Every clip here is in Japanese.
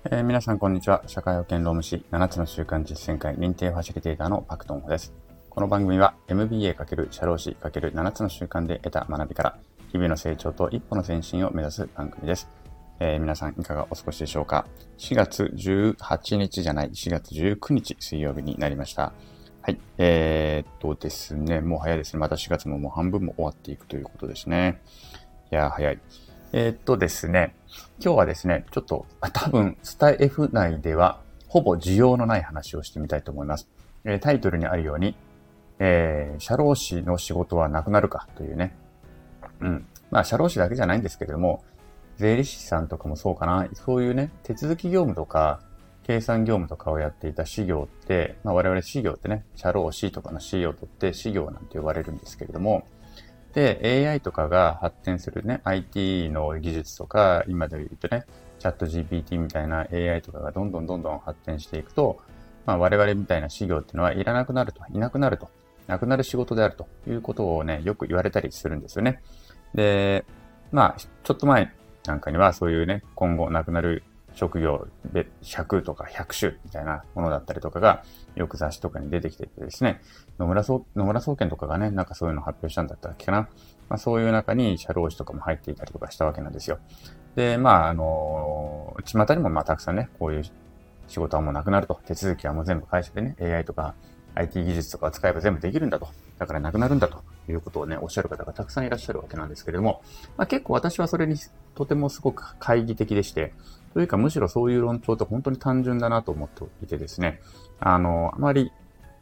皆さんこんにちは。社会保険労務士7つの習慣実践会認定ファシリテーターのパクトンホです。この番組は MBA× 社労士 ×7 つの習慣で得た学びから日々の成長と一歩の前進を目指す番組です。皆さんいかがお過ごしでしょうか。4月18日じゃない、4月19日水曜日になりました。はい。ですね、もう早いですね。また4月ももう半分も終わっていくということですね。いやー早い。ですね、今日はですね、ちょっと多分スタイフ内ではほぼ需要のない話をしてみたいと思います。タイトルにあるように、社労士の仕事はなくなるかというね。まあ社労士だけじゃないんですけれども、税理士さんとかもそうかな。そういうね、手続き業務とか、計算業務とかをやっていた士業って、まあ我々士業ってね、社労士とかの士を取って士業なんて呼ばれるんですけれども、で、AI とかが発展するね、IT の技術とか、今で言うとね、チャット GPT みたいな AI とかがどんどん発展していくと、まあ我々みたいな事業っていうのはいらなくなると、いなくなると、なくなる仕事であるということをね、よく言われたりするんですよね。で、まあ、ちょっと前なんかにはそういうね、今後なくなる職業で100とか100種みたいなものだったりとかがよく雑誌とかに出てきててですね、野村総研とかがね、なんかそういうのを発表したんだったっけかな。まあそういう中に社労士とかも入っていたりとかしたわけなんですよ。で、まあ巷にもまあたくさんね、こういう仕事はもうなくなると。手続きはもう全部会社でね、AI とか IT 技術とかを使えば全部できるんだと。だからなくなるんだということをね、おっしゃる方がたくさんいらっしゃるわけなんですけれども、まあ結構私はそれにとてもすごく懐疑的でして、というかむしろそういう論調って本当に単純だなと思っていてですね、あまり、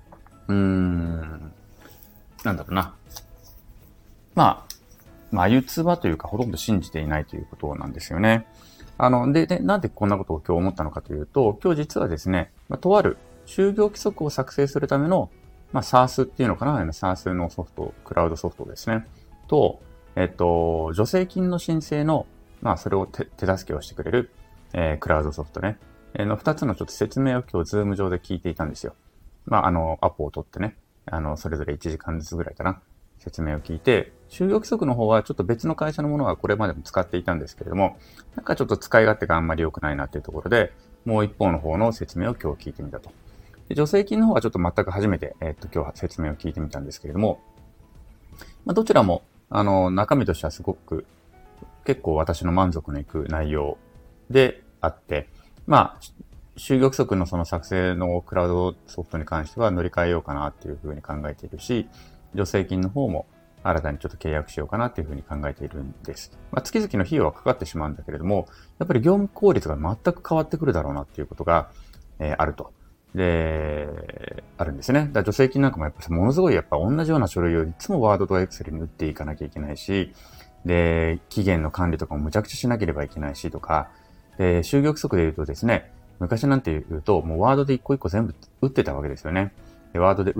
なんだろうな。まあ、眉唾というかほとんど信じていないということなんですよね。なんでこんなことを今日思ったのかというと、今日実はですね、とある就業規則を作成するための、SaaS っていうのかな、SaaS のソフト、クラウドソフトですね。と、助成金の申請の、それを手助けをしてくれる、クラウドソフトね。の二つのちょっと説明を今日ズーム上で聞いていたんですよ。アポを取ってね、それぞれ1時間ずつぐらいかな。説明を聞いて、就業規則の方はちょっと別の会社のものはこれまでも使っていたんですけれども、なんかちょっと使い勝手があんまり良くないなっていうところで、もう一方の方の説明を今日聞いてみたと。で助成金の方はちょっと全く初めて、今日説明を聞いてみたんですけれども、どちらも、中身としてはすごく、結構私の満足のいく内容であって、就業規則のその作成のクラウドソフトに関しては乗り換えようかなっていうふうに考えているし、助成金の方も新たにちょっと契約しようかなっていうふうに考えているんです。月々の費用はかかってしまうんだけれども、やっぱり業務効率が全く変わってくるだろうなっていうことが、あると。で、あるんですね。だから助成金なんかもやっぱりものすごいやっぱ同じような書類をいつもワードとエクセルに打っていかなきゃいけないし、で、期限の管理とかもむちゃくちゃしなければいけないしとか、で、就業規則で言うとですね、昔なんて言うと、もうワードで一個一個全部打ってたわけですよね。で、ワードで打って、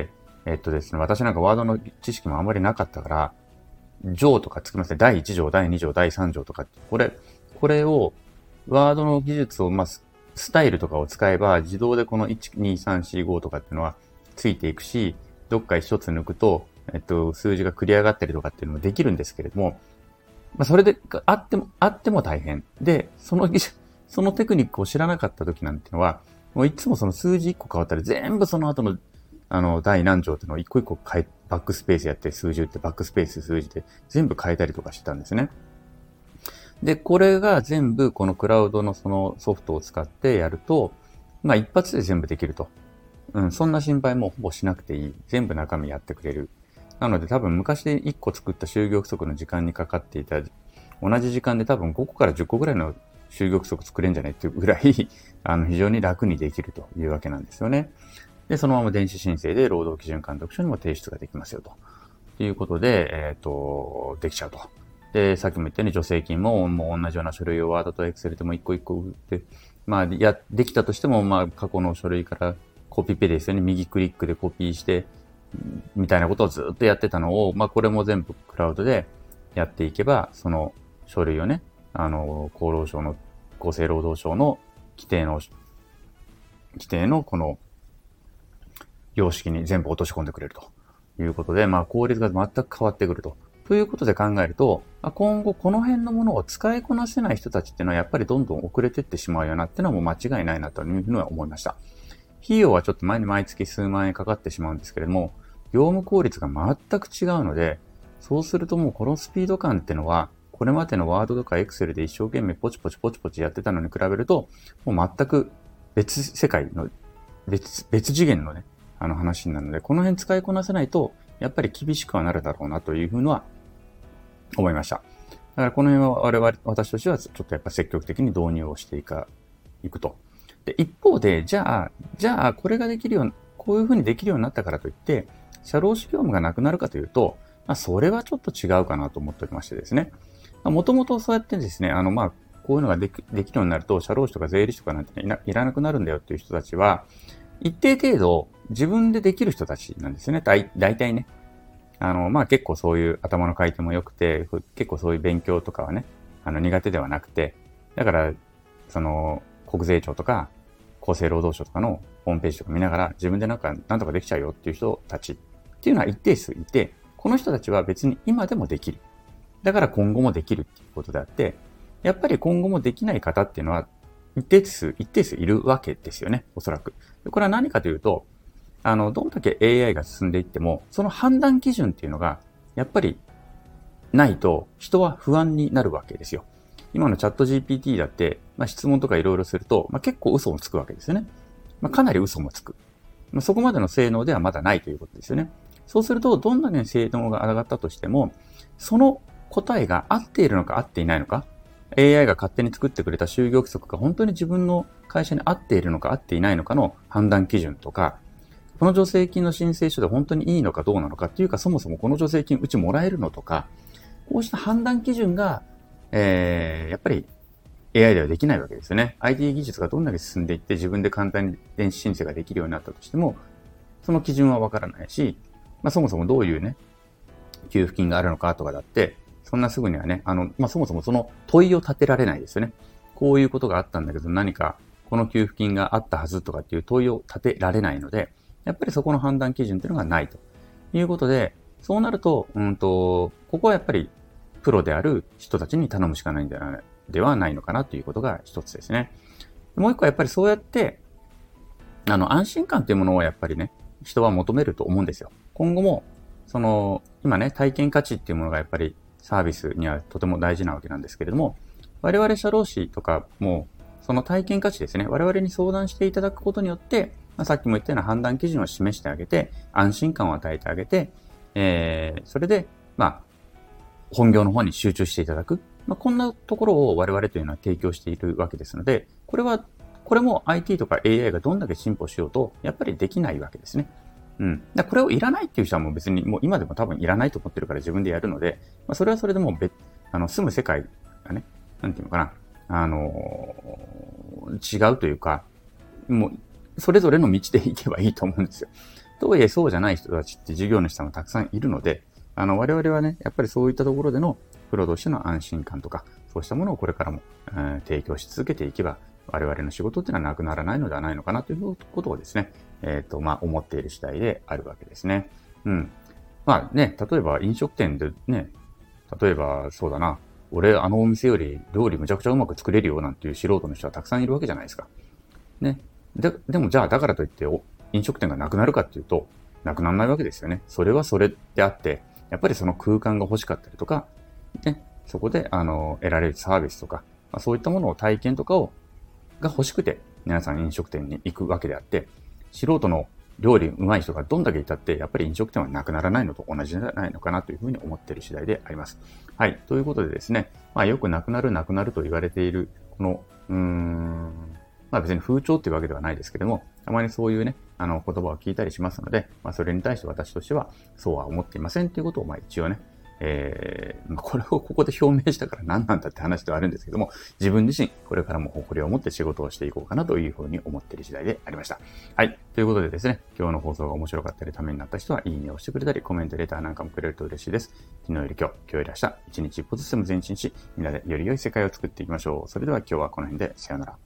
ですね、私なんかワードの知識もあまりなかったから、条とかつきますね。第1条、第2条、第3条とかこれを、ワードの技術を、スタイルとかを使えば、自動でこの1、2、3、4、5とかっていうのはついていくし、どっか一つ抜くと、数字が繰り上がったりとかっていうのもできるんですけれども、それであっても大変。で、そのテクニックを知らなかった時なんていうのは、もういつもその数字1個変わったら全部その後の第何条っていうのを一個一個バックスペースやって数字打ってバックスペース数字で全部変えたりとかしてたんですね。で、これが全部このクラウドのそのソフトを使ってやると、一発で全部できると。そんな心配もほぼしなくていい。全部中身やってくれる。なので多分昔で1個作った就業規則の時間にかかっていた、同じ時間で多分5個から10個ぐらいの就業規則作れんじゃないっていうぐらい非常に楽にできるというわけなんですよね。で、そのまま電子申請で労働基準監督署にも提出ができますよと。いうことで、できちゃうと。で、さっきも言ったように助成金も同じような書類をワードとエクセルでも一個一個打って、できたとしても、過去の書類からコピペですよね。右クリックでコピーして、みたいなことをずっとやってたのを、これも全部クラウドでやっていけば、その書類をね、厚生労働省の規定のこの様式に全部落とし込んでくれるということで、効率が全く変わってくるとということで考えると、今後この辺のものを使いこなせない人たちっていうのはやっぱりどんどん遅れていってしまうよなっていうのはもう間違いないなというふうには思いました。費用はちょっと毎月数万円かかってしまうんですけれども、業務効率が全く違うので、そうするともうこのスピード感っていうのは、これまでのワードとかエクセルで一生懸命ポチポチやってたのに比べると、もう全く別世界の、別次元のね、話になるので、この辺使いこなせないと、やっぱり厳しくはなるだろうなというふうには思いました。だからこの辺は私としてはちょっとやっぱ積極的に導入をしていくと。で、一方で、じゃあ、これができるように、こういうふうにできるようになったからといって、社労士業務がなくなるかというと、それはちょっと違うかなと思っておりましてですね。もともとそうやってですね、こういうのができるようになると、社労士とか税理士とかなんて、いらなくなるんだよっていう人たちは、一定程度自分でできる人たちなんですよね。大体ね。結構そういう頭の回転も良くて、結構そういう勉強とかはね、苦手ではなくて、だから、国税庁とか、厚生労働省とかのホームページとか見ながら、自分でなんとかできちゃうよっていう人たちっていうのは一定数いて、この人たちは別に今でもできる。だから今後もできるっていうことであって、やっぱり今後もできない方っていうのは一定数いるわけですよね、おそらく。これは何かというと、どんだけ AI が進んでいっても、その判断基準っていうのが、やっぱりないと人は不安になるわけですよ。今のチャット GPT だって、質問とかいろいろすると、結構嘘もつくわけですよね。かなり嘘もつく。そこまでの性能ではまだないということですよね。そうすると、どんなに性能が上がったとしても、その答えが合っているのか合っていないのか、AI が勝手に作ってくれた就業規則が本当に自分の会社に合っているのか合っていないのかの判断基準とか、この助成金の申請書で本当にいいのかどうなのかっていうか、そもそもこの助成金うちもらえるのとか、こうした判断基準が、やっぱり AI ではできないわけですよね。IT 技術がどんだけ進んでいって自分で簡単に電子申請ができるようになったとしても、その基準はわからないし、そもそもどういうね、給付金があるのかとかだって、そんなすぐにはね、そもそもその問いを立てられないですよね。こういうことがあったんだけど何かこの給付金があったはずとかっていう問いを立てられないので、やっぱりそこの判断基準っていうのがないということで、そうなると、ここはやっぱりプロである人たちに頼むしかないんではないのかなということが一つですね。もう一個はやっぱりそうやって、安心感というものをやっぱりね、人は求めると思うんですよ。今後も、今ね、体験価値っていうものがやっぱりサービスにはとても大事なわけなんですけれども、我々社労士とかも、その体験価値ですね、我々に相談していただくことによって、さっきも言ったような判断基準を示してあげて、安心感を与えてあげて、それで、本業の方に集中していただく。こんなところを我々というのは提供しているわけですので、これも IT とか AI がどんだけ進歩しようと、やっぱりできないわけですね。これをいらないっていう人はもう別にもう今でも多分いらないと思ってるから自分でやるので、それはそれでもう住む世界がね、なんていうのかな、違うというか、もうそれぞれの道で行けばいいと思うんですよ。とはいえそうじゃない人たちって事業主さんもたくさんいるので、我々はね、やっぱりそういったところでのプロとしての安心感とか、そうしたものをこれからも、提供し続けていけば、我々の仕事っていうのはなくならないのではないのかなということをですね、思っている次第であるわけですね。例えば飲食店でね、例えばそうだな、俺お店より料理むちゃくちゃうまく作れるよなんていう素人の人はたくさんいるわけじゃないですか。ね。でもじゃあだからといって飲食店がなくなるかっていうと、なくならないわけですよね。それはそれであって、やっぱりその空間が欲しかったりとか、ね、そこで得られるサービスとか、そういったものを体験とかが欲しくて、皆さん飲食店に行くわけであって、素人の料理上手い人がどんだけいたって、やっぱり飲食店はなくならないのと同じじゃないのかなというふうに思っている次第であります。はい。ということでですね、よくなくなると言われている、この、別に風潮っていうわけではないですけども、たまにそういうね、言葉を聞いたりしますので、それに対して私としては、そうは思っていませんということを、一応ね、これをここで表明したから何なんだって話ではあるんですけども、自分自身、これからも誇りを持って仕事をしていこうかなというふうに思っている次第でありました。はい。ということでですね、今日の放送が面白かったり、ためになった人は、いいねを押してくれたり、コメント、レターなんかもくれると嬉しいです。昨日より今日より明日、一日一歩ずつでも前進し、みんなでより良い世界を作っていきましょう。それでは今日はこの辺で、さようなら。